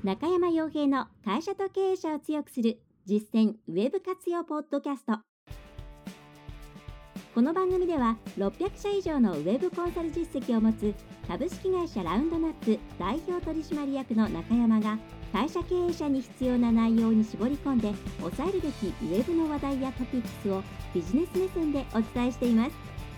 中山洋平の会社と経営者を強くする実践ウェブ活用ポッドキャスト。この番組では600社以上のウェブコンサル実績を持つ株式会社ラウンドナップ代表取締役の中山が会社経営者に必要な内容に絞り込んで抑えるべきウェブの話題やトピックスをビジネス目線でお伝えしています。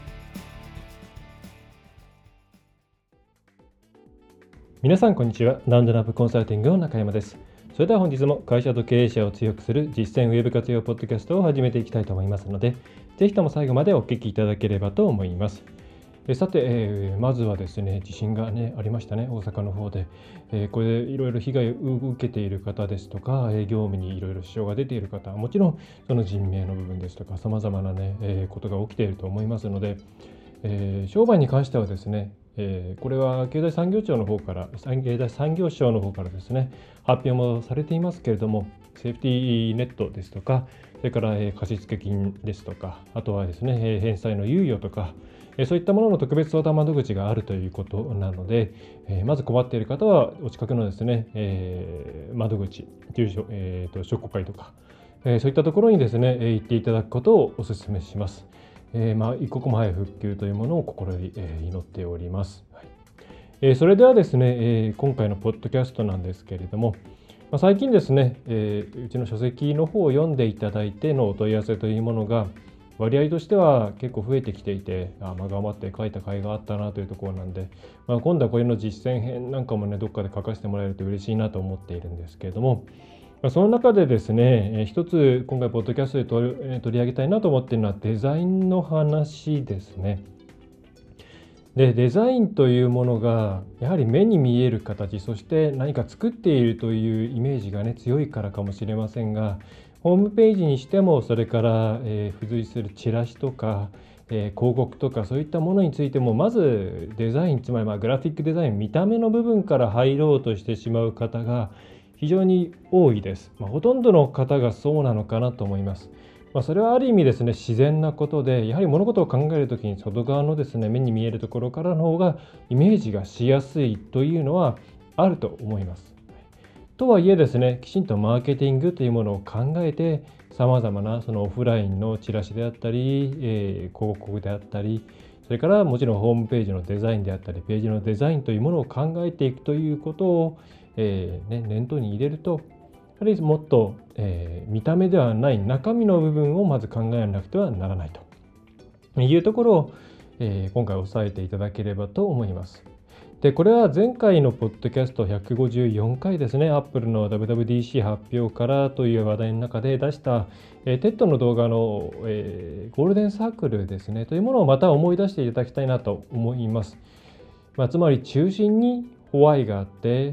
皆さんこんにちは。ラウンドナップコンサルティングの中山です。それでは本日も会社と経営者を強くする実践ウェブ活用ポッドキャストを始めていきたいと思いますので、ぜひとも最後までお聞きいただければと思います。さて、まずはですね、地震が、ありましたね、大阪の方で。これでいろいろ被害を受けている方ですとか、業務にいろいろ支障が出ている方、もちろんその人命の部分ですとか、様々なことが起きていると思いますので、商売に関してはですね、これは経済産業省の方からですね、発表もされていますけれども、セーフティーネットですとか、それから貸付金ですとか、あとはですね、返済の猶予とか、そういったものの特別相談窓口があるということなので、まず困っている方はお近くのですね、窓口、住所、商工会とか、そういったところにですね、行っていただくことをお勧めします。一刻も早い復旧というものを心より祈っております。それではですね、今回のポッドキャストなんですけれども、最近ですね、うちの書籍の方を読んでいただいてのお問い合わせというものが割合としては結構増えてきていて、頑張って書いた甲斐があったなというところなんで、今度はこれの実践編なんかもね、どっかで書かせてもらえると嬉しいなと思っているんですけれども、その中でですね、一つ今回ポッドキャストで取り上げたいなと思っているのはデザインの話ですね。で、デザインというものがやはり目に見える形、そして何か作っているというイメージがね、強いからかもしれませんが、ホームページにしても、それから、付随するチラシとか、広告とかそういったものについても、まずデザイン、つまりグラフィックデザイン、見た目の部分から入ろうとしてしまう方が非常に多いです。ほとんどの方がそうなのかなと思います。それはある意味ですね、自然なことで、やはり物事を考えるときに外側のですね、目に見えるところからの方がイメージがしやすいというのはあると思います。とはいえですね、きちんとマーケティングというものを考えて、様々なそのオフラインのチラシであったり、広告であったり、それからもちろんホームページのデザインであったり、ページのデザインというものを考えていくということを、念頭に入れると、やはりもっと、見た目ではない中身の部分をまず考えなくてはならないというところを、今回押さえていただければと思います。で、これは前回のポッドキャスト154回ですね、Apple の WWDC 発表からという話題の中で出した、TED の動画の、ゴールデンサークルですね、というものをまた思い出していただきたいなと思います。つまり中心に Why があって、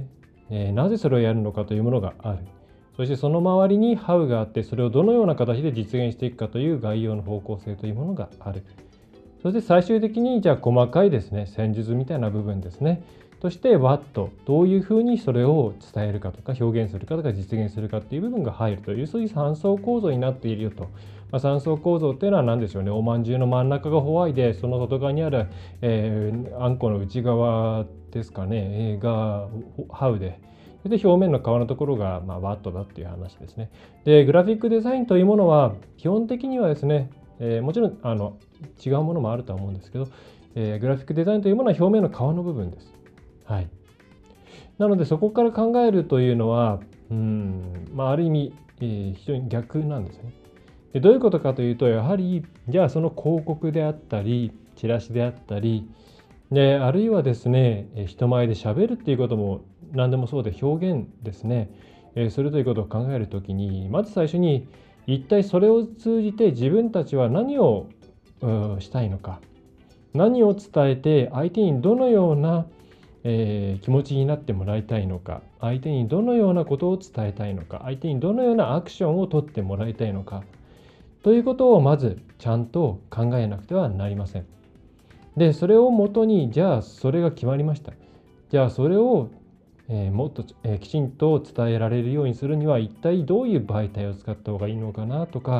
なぜそれをやるのかというものがある。そしてその周りに How があって、それをどのような形で実現していくかという概要の方向性というものがある。そして最終的にじゃあ細かいですね、戦術みたいな部分ですね。として What、どういうふうにそれを伝えるかとか表現するかとか実現するかっていう部分が入るという、そういう3層構造になっているよと。3層構造っていうのは何でしょうね。おまんじゅうの真ん中がホワイで、その外側にある、あんこの内側ですかね、が How で。で表面の皮のところがWhat だっていう話ですね。で、グラフィックデザインというものは基本的にはですね、もちろん違うものもあるとは思うんですけど、グラフィックデザインというものは表面の皮の部分です。はい。なのでそこから考えるというのは、ある意味、非常に逆なんですね。で、どういうことかというと、やはりじゃあその広告であったり、チラシであったり、で、あるいはですね、人前で喋るっていうことも何でもそうで表現ですね、するということを考えるときに、まず最初に一体それを通じて自分たちは何をしたいのか、何を伝えて相手にどのような、気持ちになってもらいたいのか、相手にどのようなことを伝えたいのか、相手にどのようなアクションを取ってもらいたいのかということをまずちゃんと考えなくてはなりません。で、それをもとに、じゃあそれが決まりました。じゃあそれをもっときちんと伝えられるようにするには一体どういう媒体を使った方がいいのかなとか、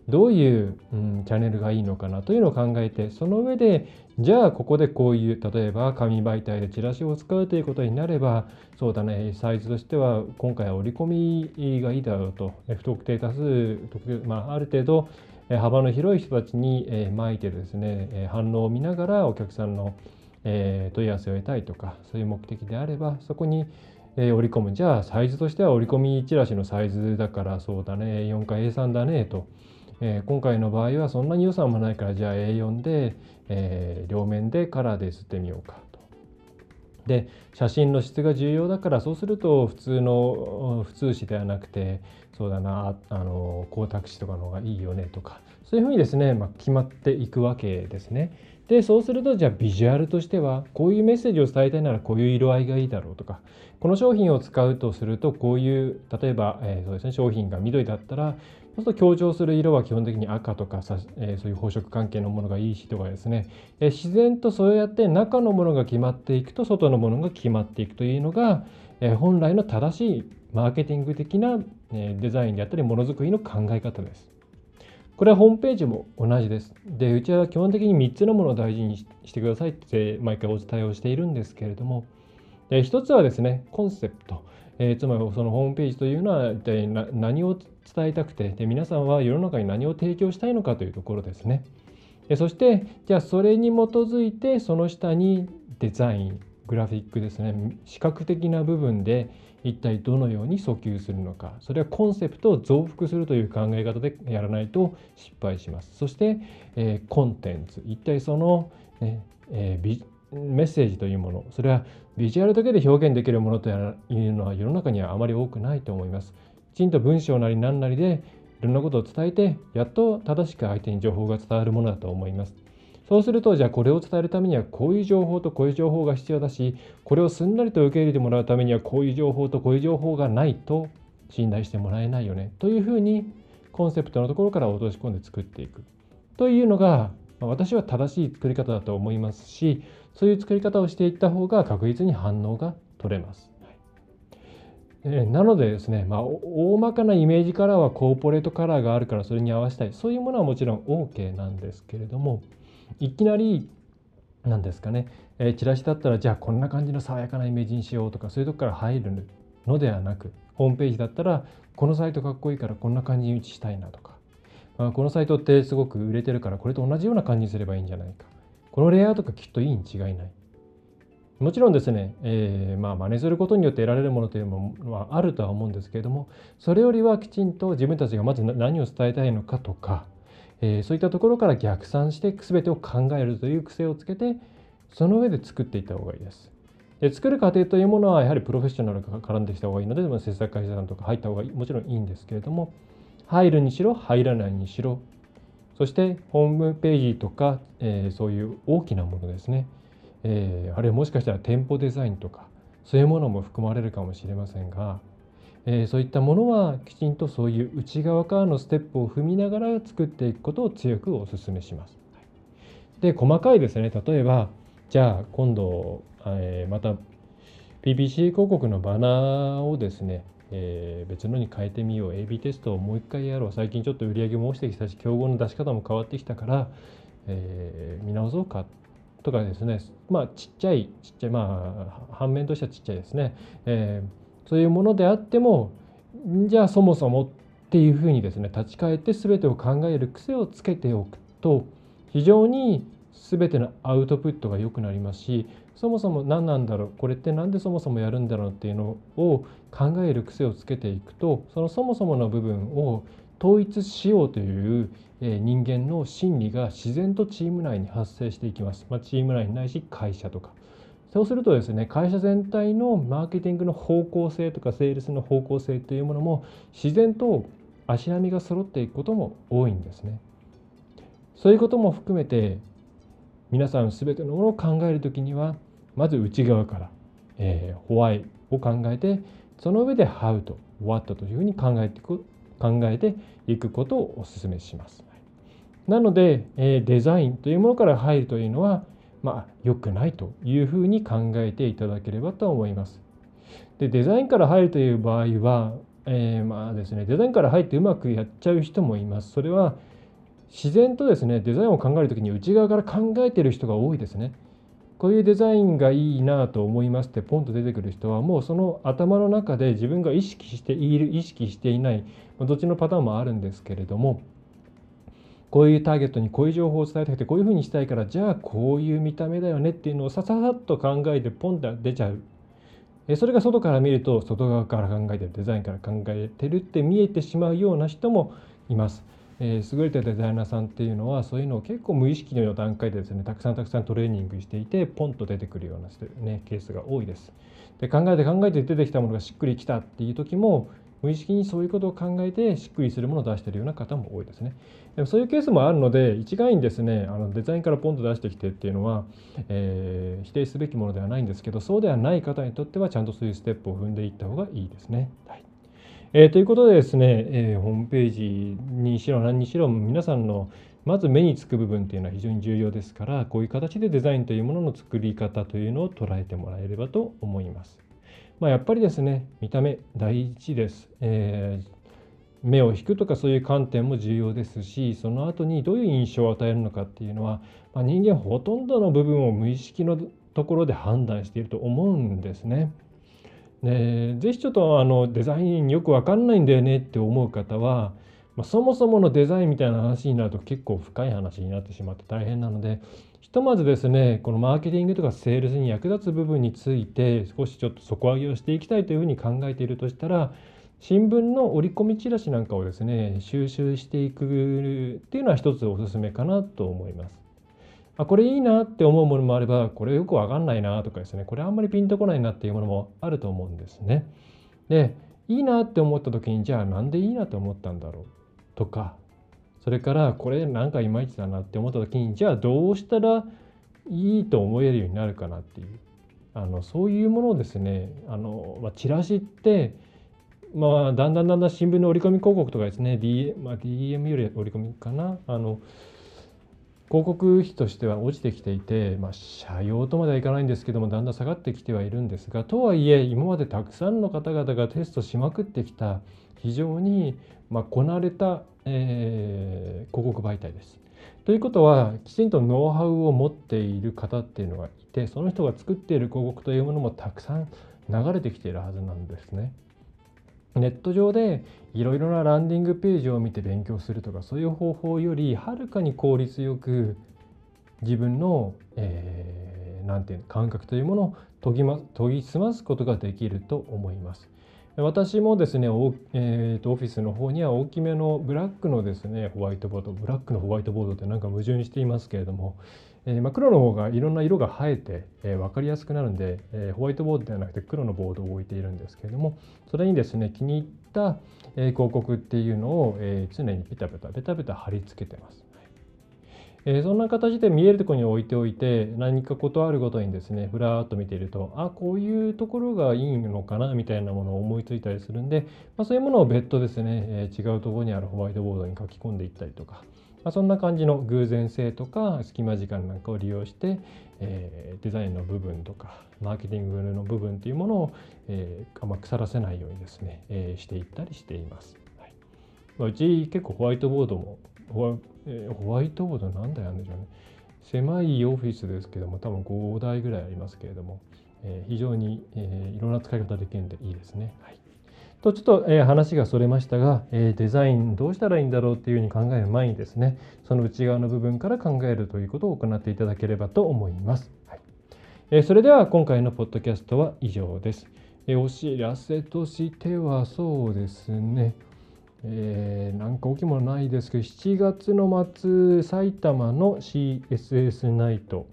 どういう、チャンネルがいいのかなというのを考えて、その上でじゃあここでこういう例えば紙媒体でチラシを使うということになれば、そうだね、サイズとしては今回は折り込みがいいだろうと、不特定多数ある程度幅の広い人たちに巻いてですね、反応を見ながらお客さんの問い合わせを得たいとか、そういう目的であればそこに折り込む。じゃあサイズとしては折り込みチラシのサイズだからそうだね A4 か A3 だねと、今回の場合はそんなに予算もないからじゃあ A4 で、両面でカラーで写ってみようかと。で写真の質が重要だから、そうすると普通紙ではなくてそうだな光沢紙とかの方がいいよねとか、そういうふうにですね、決まっていくわけですね。でそうするとじゃあビジュアルとしてはこういうメッセージを伝えたいならこういう色合いがいいだろうとか、この商品を使うとするとこういう例えば、そうですね、商品が緑だったらそうすると強調する色は基本的に赤とかそういう宝飾関係のものがいいしとかですね、自然とそうやって中のものが決まっていくと外のものが決まっていくというのが、本来の正しいマーケティング的なデザインであったりものづくりの考え方です。これはホームページも同じです。で、うちは基本的に3つのものを大事にしてくださいって毎回お伝えをしているんですけれども、一つはですね、コンセプト。つまりそのホームページというのは一体何を伝えたくて、で皆さんは世の中に何を提供したいのかというところですね。そしてじゃあそれに基づいてその下にデザイン、グラフィックですね、視覚的な部分で一体どのように訴求するのか、それはコンセプトを増幅するという考え方でやらないと失敗します。そして、コンテンツ、一体その、メッセージというもの、それはビジュアルだけで表現できるものというのは世の中にはあまり多くないと思います。きちんと文章なり何なりでいろんなことを伝えて、やっと正しく相手に情報が伝わるものだと思います。そうすると、じゃあこれを伝えるためにはこういう情報とこういう情報が必要だし、これをすんなりと受け入れてもらうためにはこういう情報とこういう情報がないと信頼してもらえないよねというふうにコンセプトのところから落とし込んで作っていくというのが、私は正しい作り方だと思いますし、そういう作り方をしていった方が確実に反応が取れます。なのでですね、大まかなイメージカラーはコーポレートカラーがあるからそれに合わせたい、そういうものはもちろん OK なんですけれども、いきなりなんですかね、チラシだったらじゃあこんな感じの爽やかなイメージにしようとか、そういうとこから入るのではなく、ホームページだったらこのサイトかっこいいからこんな感じに打ちしたいなとか、このサイトってすごく売れてるからこれと同じような感じにすればいいんじゃないか、このレイアウトがきっといいに違いない。もちろんですね、真似することによって得られるものというのはあるとは思うんですけれども、それよりはきちんと自分たちがまず何を伝えたいのかとか、そういったところから逆算して全てを考えるという癖をつけて、その上で作っていった方がいいです。で作る過程というものはやはりプロフェッショナルが絡んできた方がいいので、制作会社さんとか入った方がもちろんいいんですけれども、入るにしろ入らないにしろ、そしてホームページとか、そういう大きなものですね、あるいはもしかしたら店舗デザインとかそういうものも含まれるかもしれませんが、そういったものはきちんとそういう内側からのステップを踏みながら作っていくことを強くお勧めします。で細かいですね、例えばじゃあ今度、また PPC 広告のバナーをですね、別のに変えてみよう、 AB テストをもう一回やろう、最近ちょっと売り上げも落ちてきたし競合の出し方も変わってきたから、見直そうかとかですね、ちっちゃい反面としてはちっちゃいですね、そういうものであっても、じゃあそもそもっていうふうにですね、立ち返って全てを考える癖をつけておくと、非常に全てのアウトプットが良くなりますし、そもそも何なんだろう、これって何でそもそもやるんだろうっていうのを考える癖をつけていくと、そのそもそもの部分を統一しようという人間の心理が自然とチーム内に発生していきます。チーム内ないし会社とか。そうするとですね、会社全体のマーケティングの方向性とかセールスの方向性というものも自然と足並みが揃っていくことも多いんですね。そういうことも含めて皆さん全てのものを考えるときには、まず内側から、Why を考えて、その上で How と What というふうに考えていくことをお勧めします。なので、デザインというものから入るというのは、良くないというふうに考えていただければと思います。でデザインから入るという場合は、ですね、デザインから入ってうまくやっちゃう人もいます。それは自然とですね、デザインを考えるときに内側から考えている人が多いですね。こういうデザインがいいなと思いますってポンと出てくる人は、もうその頭の中で自分が意識している、意識していない、どっちのパターンもあるんですけれども、こういうターゲットにこういう情報を伝えたくてこういうふうにしたいから、じゃあこういう見た目だよねっていうのをさささっと考えてポンと出ちゃう。それが外から見ると外側から考えてる、デザインから考えてるって見えてしまうような人もいます。優れたデザイナーさんっていうのはそういうのを結構無意識の段階でですね、たくさんトレーニングしていてポンと出てくるような、ね、ケースが多いです。で、考えて出てきたものがしっくりきたっていう時も無意識にそういうことを考えてしっくりするものを出しているような方も多いですね。でもそういうケースもあるので、一概にですね、デザインからポンと出してきてっていうのは、否定すべきものではないんですけど、そうではない方にとってはちゃんとそういうステップを踏んでいった方がいいですね。はい。ということでですね、ホームページにしろ何にしろ皆さんのまず目につく部分っていうのは非常に重要ですから、こういう形でデザインというものの作り方というのを捉えてもらえればと思います。やっぱりですね、見た目大事です。目を引くとかそういう観点も重要ですし、その後にどういう印象を与えるのかっていうのは、人間ほとんどの部分を無意識のところで判断していると思うんですね。ぜひちょっとデザインよくわかんないんだよねって思う方は、そもそものデザインみたいな話になると結構深い話になってしまって大変なので、ひとまずですね、このマーケティングとかセールスに役立つ部分について少しちょっと底上げをしていきたいというふうに考えているとしたら、新聞の折り込みチラシなんかをですね、収集していくっていうのは一つおすすめかなと思います。これいいなって思うものもあれば、これよくわかんないなとかですね、これあんまりピンとこないなっていうものもあると思うんですね。で、いいなって思った時に、じゃあなんでいいなと思ったんだろうとか、それからこれなんかいまいちだなって思った時に、じゃあどうしたらいいと思えるようになるかなっていう、そういうものをですね、チラシって、だんだん新聞の折り込み広告とかですね、DM より折り込みかな、広告費としては落ちてきていて、社用とまではいかないんですけども、だんだん下がってきてはいるんですが、とはいえ今までたくさんの方々がテストしまくってきた非常にこなれた、広告媒体です。ということは、きちんとノウハウを持っている方っていうのがいて、その人が作っている広告というものもたくさん流れてきているはずなんですね。ネット上でいろいろなランディングページを見て勉強するとか、そういう方法よりはるかに効率よく自分の、なんていう感覚というものを研ぎ澄ますことができると思います。私もですね、オフィスの方には大きめのブラックのですね、ホワイトボード、ブラックのホワイトボードってなんか矛盾していますけれども、黒の方がいろんな色が映えて、分かりやすくなるんで、ホワイトボードではなくて黒のボードを置いているんですけれども、それにですね、気に入った、広告っていうのを、常にペタペタ貼り付けてます。そんな形で見えるところに置いておいて、何かことあるごとにですね、ふらーっと見ていると、こういうところがいいのかなみたいなものを思いついたりするんで、そういうものを別途ですね、違うところにあるホワイトボードに書き込んでいったりとか、そんな感じの偶然性とか隙間時間なんかを利用して、デザインの部分とかマーケティングの部分っていうものを、腐らせないようにですね、していったりしています。うち結構ホワイトボードもホワイトボード何台あるんでしょうね。狭いオフィスですけども、多分5台ぐらいありますけれども、非常に、いろんな使い方できるんでいいですね。はい。ちょっと、話がそれましたが、デザインどうしたらいいんだろうっていうふうに考える前にですね、その内側の部分から考えるということを行っていただければと思います。はい。それでは今回のポッドキャストは以上です。お知らせとしてはそうですね、なんか大きいものないですけど、7月の末、埼玉の CSS ナイト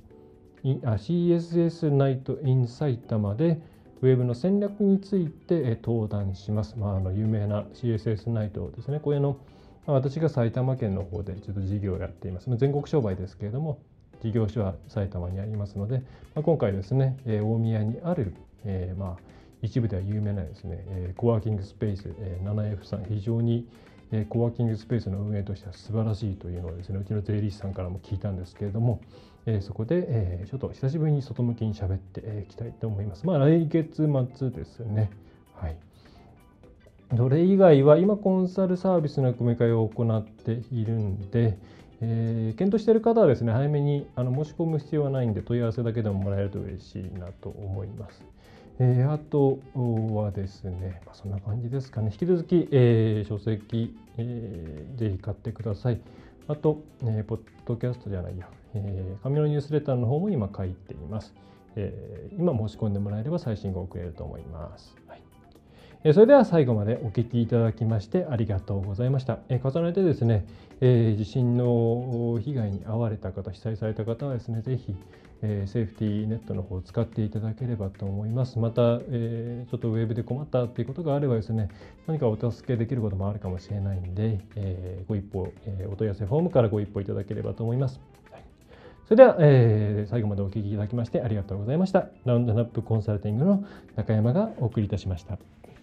in 埼玉でウェブの戦略について登壇します。有名な CSS ナイトですね。これの私が埼玉県の方でちょっと事業をやっています。全国商売ですけれども、事業所は埼玉にありますので、今回ですね、大宮にある、一部では有名なですね、コワーキングスペース、7F さん、非常にコワーキングスペースの運営としては素晴らしいというのをですね、うちの税理士さんからも聞いたんですけれども、そこでちょっと久しぶりに外向きに喋っていきたいと思います。来月末ですね。はい。それ以外は今コンサルサービスの組み替えを行っているんで、 検討している方はですね、早めに申し込む必要はないんで、問い合わせだけでももらえると嬉しいなと思います。あとはですね、そんな感じですかね。引き続き、書籍、ぜひ買ってください。あと、ポッドキャストじゃないや、紙のニュースレターの方も今書いています。今申し込んでもらえれば最新が送れると思います。はい。それでは最後までお聞きいただきましてありがとうございました。重ねてですね、地震の被害に遭われた方、被災された方はですね、ぜひ、セーフティーネットの方を使っていただければと思います。また、ちょっとウェブで困ったということがあればですね、何かお助けできることもあるかもしれないんで、ご一歩、お問い合わせフォームからご一歩いただければと思います。はい、それでは、最後までお聞きいただきましてありがとうございました。ラウンドナップコンサルティングの中山がお送りいたしました。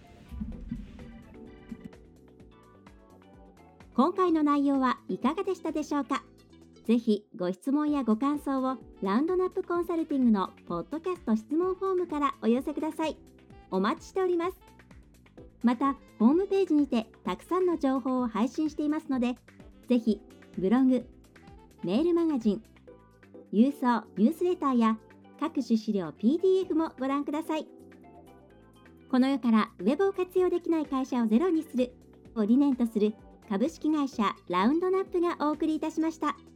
今回の内容はいかがでしたでしょうか。ぜひご質問やご感想をラウンドナップコンサルティングのポッドキャスト質問フォームからお寄せください。お待ちしております。またホームページにてたくさんの情報を配信していますので、ぜひブログ、メールマガジン、郵送ニュースレターや各種資料 PDF もご覧ください。この世からウェブを活用できない会社をゼロにするを理念とする株式会社ラウンドナップがお送りいたしました。